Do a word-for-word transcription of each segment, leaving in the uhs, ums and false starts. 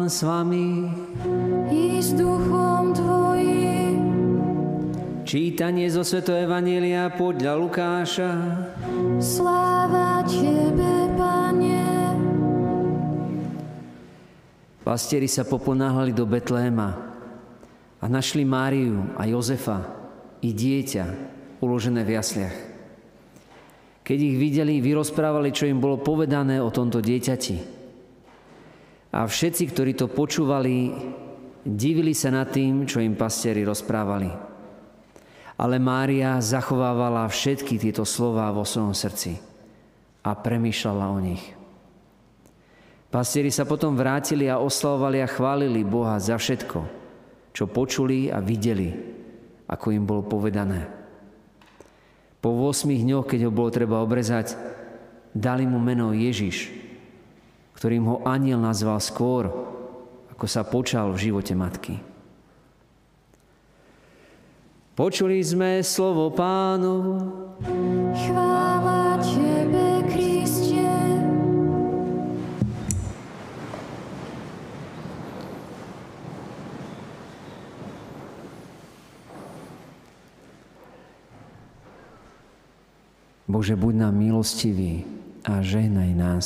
Pán s vami. I s duchom tvojim. Čítanie zo svätého Evanjelia podľa Lukáša. Sláva tebe, Pane. Pastieri sa poponáhľali do Betléma a našli Máriu a Jozefa i dieťa uložené v jasliach. Keď ich videli, vyrozprávali, čo im bolo povedané o tomto dieťati. A všetci, ktorí to počúvali, divili sa nad tým, čo im pastieri rozprávali. Ale Mária zachovávala všetky tieto slová vo svojom srdci a premýšľala o nich. Pastieri sa potom vrátili a oslavovali a chválili Boha za všetko, čo počuli a videli, ako im bolo povedané. Po ôsmich dňoch, keď ho bolo treba obrezať, dali mu meno Ježiš, ktorým ho anjel nazval skôr, ako sa počal v živote matky. Počuli sme slovo Pánovo. Chvála tebe, Kriste. Bože, buď nám milostivý a žehnaj nás.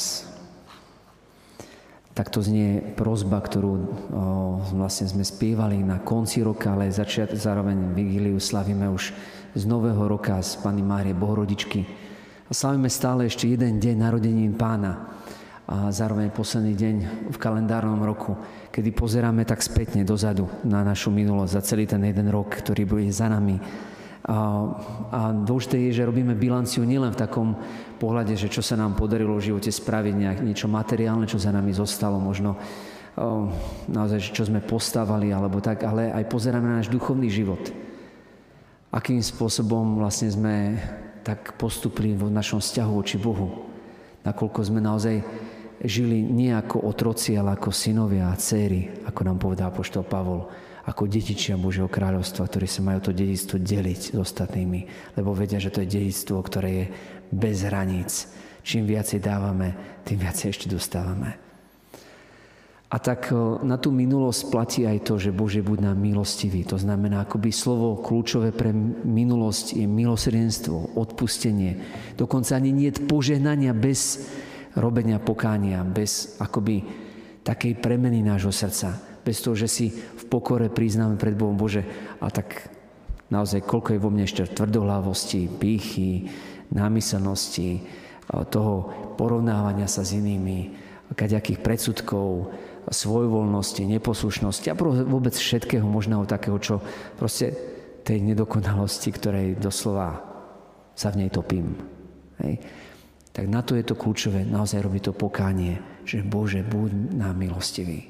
Takto znie prosba, ktorú o, vlastne sme spievali na konci roka, ale začiat, zároveň Vigíliu slavíme už z Nového roka z Panny Márie Bohorodičky. A slavíme stále ešte jeden deň narodenín Pána a zároveň posledný deň v kalendárnom roku, kedy pozeráme tak spätne dozadu na našu minulosť za celý ten jeden rok, ktorý bude za nami. A, a dôležité je, že robíme bilanciu nielen v takom pohľade, že čo sa nám podarilo v živote spraviť, nejak, niečo materiálne, čo za nami zostalo, možno o, naozaj, čo sme postávali, alebo tak, ale aj pozeráme na náš duchovný život. Akým spôsobom vlastne sme tak postupili v našom vzťahu voči Bohu. Nakoľko sme naozaj žili nie ako otroci, ale ako synovia a dcéry, ako nám povedal apoštol Pavol, ako dedičia Božieho kráľovstva, ktorí sa majú to dedičstvo deliť s ostatnými, lebo vedia, že to je dedičstvo, ktoré je bez hraníc. Čím viacej dávame, tým viacej ešte dostávame. A tak na tú minulosť platí aj to, že Bože, buď nám milostivý. To znamená, akoby slovo kľúčové pre minulosť je milosrdenstvo, odpustenie. Dokonca ani nie je požehnania bez robenia pokánia, bez akoby takej premeny nášho srdca. Bez toho, že si v pokore priznáme pred Bohom, Bože, a tak naozaj koľko je vo mne ešte tvrdohlavosti, pýchy, námyselnosti, toho porovnávania sa s inými, kadejakých predsudkov, svojvoľnosti, neposlušnosti a vôbec všetkého možného takého, čo proste tej nedokonalosti, ktorej doslova sa v nej topím. Hej. Tak na to je to kľúčové, naozaj robiť to pokánie, že Bože, buď nám milostivý.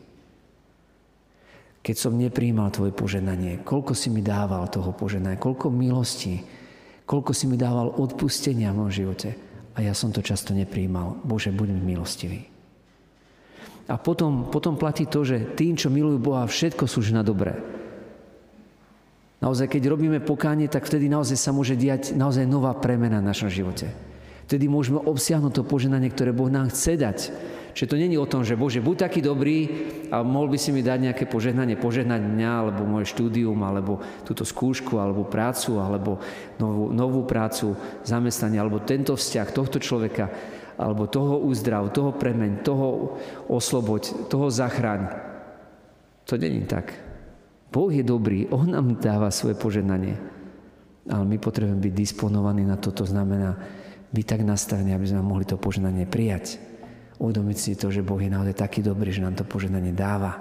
Keď som neprijímal Tvoje požehnanie, koľko si mi dával toho požehnania, koľko milostí, koľko si mi dával odpustenia v mojom živote. A ja som to často neprijímal. Bože, buď mi milostivý. A potom, potom platí to, že tým, čo milujú Boha, všetko slúži na dobré. Naozaj, keď robíme pokánie, tak vtedy naozaj sa môže diať naozaj nová premena v našom živote. Vtedy môžeme obsiahnuť to požehnanie, ktoré Boh nám chce dať. Čiže to nie je o tom, že Bože, buď taký dobrý a mohol by si mi dať nejaké požehnanie, požehnať mňa, alebo moje štúdium, alebo túto skúšku, alebo prácu, alebo novú, novú prácu, zamestnanie, alebo tento vzťah tohto človeka, alebo toho uzdrav, toho premeň, toho osloboď, toho zachráň. To nie je tak. Boh je dobrý, On nám dáva svoje požehnanie. Ale my potrebujeme byť disponovaní na to, to znamená byť tak nastavení, aby sme mohli to požehnanie prijať. Uvedomiť si to, že Boh je naozaj taký dobrý, že nám to požehnanie dáva.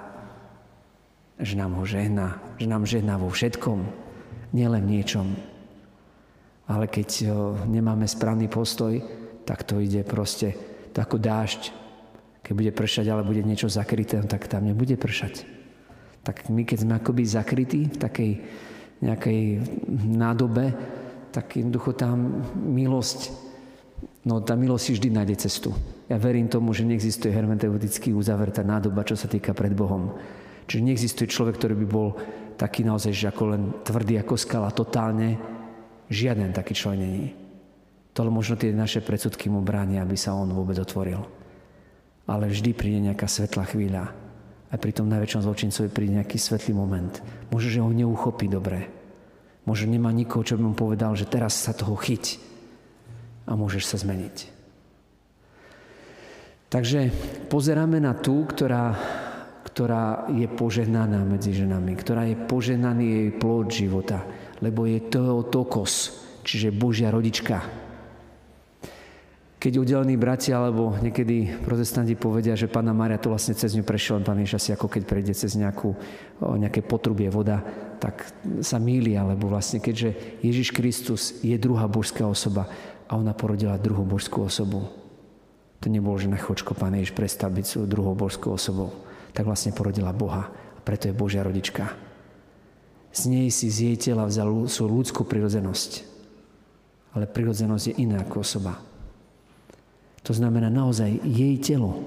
Že nám ho žehná. Že nám žehná vo všetkom. Nielen v niečom. Ale keď nemáme správny postoj, tak to ide proste ako dážď. Keď bude pršať, ale bude niečo zakryté, tak tam nebude pršať. Tak my, keď sme akoby zakrytí v takej nejakej nádobe, tak jednoducho tá milosť, no tá milosť si vždy nájde cestu. Ja verím tomu, že neexistuje hermeneuticky uzavretá nádoba, čo sa týka pred Bohom. Čiže neexistuje človek, ktorý by bol taký naozaj, že ako len tvrdý ako skala, totálne. Žiaden taký človek není. To možno tie naše predsudky mu bránia, aby sa on vôbec otvoril. Ale vždy príde nejaká svetlá chvíľa Aj pri tom najväčšom zločincovi príde nejaký svetlý moment. Možno, že ho neuchopí dobre. Možno nemá nikoho, čo by mu povedal, že teraz sa toho chyť a môžeš sa zmeniť. Takže pozeráme na tú, ktorá, ktorá je požehnaná medzi ženami, ktorá je požehnaný jej plod života, lebo je Theotokos, čiže Božia rodička. Keď udelení bratia, alebo niekedy protestanti povedia, že Panna Mária to vlastne cez ňu prešiel Pán Ježiš, asi ako keď prejde cez nejakú, nejaké potrubie voda, tak sa mýli, alebo vlastne keďže Ježiš Kristus je druhá božská osoba a ona porodila druhú božskú osobu. To nebolo, že na chvíľočku Pán Ježiš prestal byť svojou druhou božskou osobou. Tak vlastne porodila Boha a preto je Božia rodička. Z nej si z jej tela vzal svoju ľudskú prirodzenosť. Ale prirodzenosť je iná ako osoba. To znamená naozaj jej telo.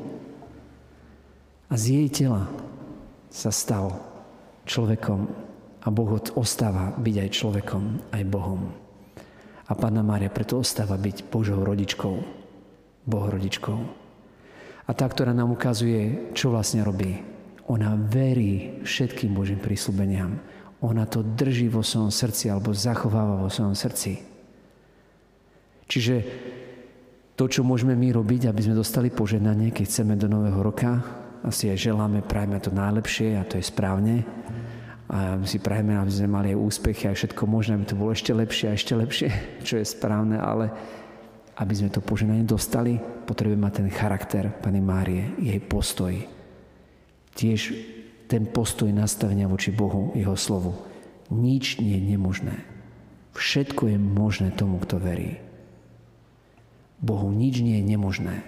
A z jej tela sa stal človekom a Boh ostáva byť aj človekom, aj Bohom. A Panna Mária preto ostáva byť Božou rodičkou, Bohorodičkou. A tá, ktorá nám ukazuje, čo vlastne robí. Ona verí všetkým Božím prísľubeniam. Ona to drží vo svojom srdci alebo zachováva vo svojom srdci. Čiže to, čo môžeme my robiť, aby sme dostali požehnanie, keď chceme do nového roka, asi aj želáme, prajeme to najlepšie a to je správne. A si prajeme, aby sme mali aj úspechy a všetko možné, aby to bolo ešte lepšie a ešte lepšie, čo je správne, ale aby sme to požehnanie dostali, potrebujeme mať ten charakter Panny Márie, jej postoj. Tiež ten postoj nastavenia voči Bohu, jeho slovu. Nič nie je nemožné. Všetko je možné tomu, kto verí. Bohu nič nie je nemožné.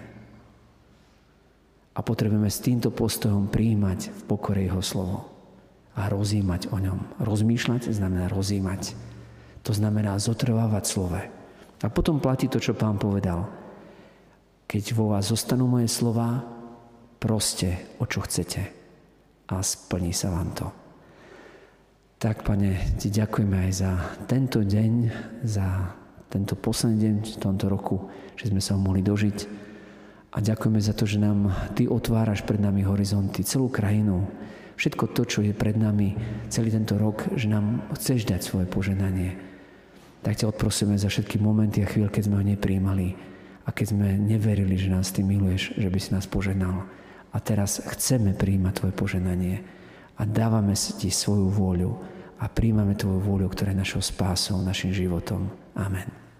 A potrebujeme s týmto postojom prijímať v pokore jeho slovo a rozjímať o ňom. Rozmýšľať znamená rozjímať. To znamená zotrvávať slove. A potom platí to, čo Pán povedal. Keď vo vás zostanú moje slova, proste o čo chcete a splní sa vám to. Tak, Pane, ti ďakujeme aj za tento deň, za tento posledný deň v tomto roku, že sme sa ho mohli dožiť. A ďakujeme za to, že nám ty otváraš pred nami horizonty, celú krajinu. Všetko to, čo je pred nami celý tento rok, že nám chceš dať svoje požehnanie. Tak ťa odprosíme za všetky momenty a chvíľ, keď sme ho neprijímali a keď sme neverili, že nás ty miluješ, že by si nás požehnal. A teraz chceme prijímať tvoje požehnanie a dávame si ti svoju vôľu a prijímame tvoju vôľu, ktorá je našou spásou, našim životom. Amen.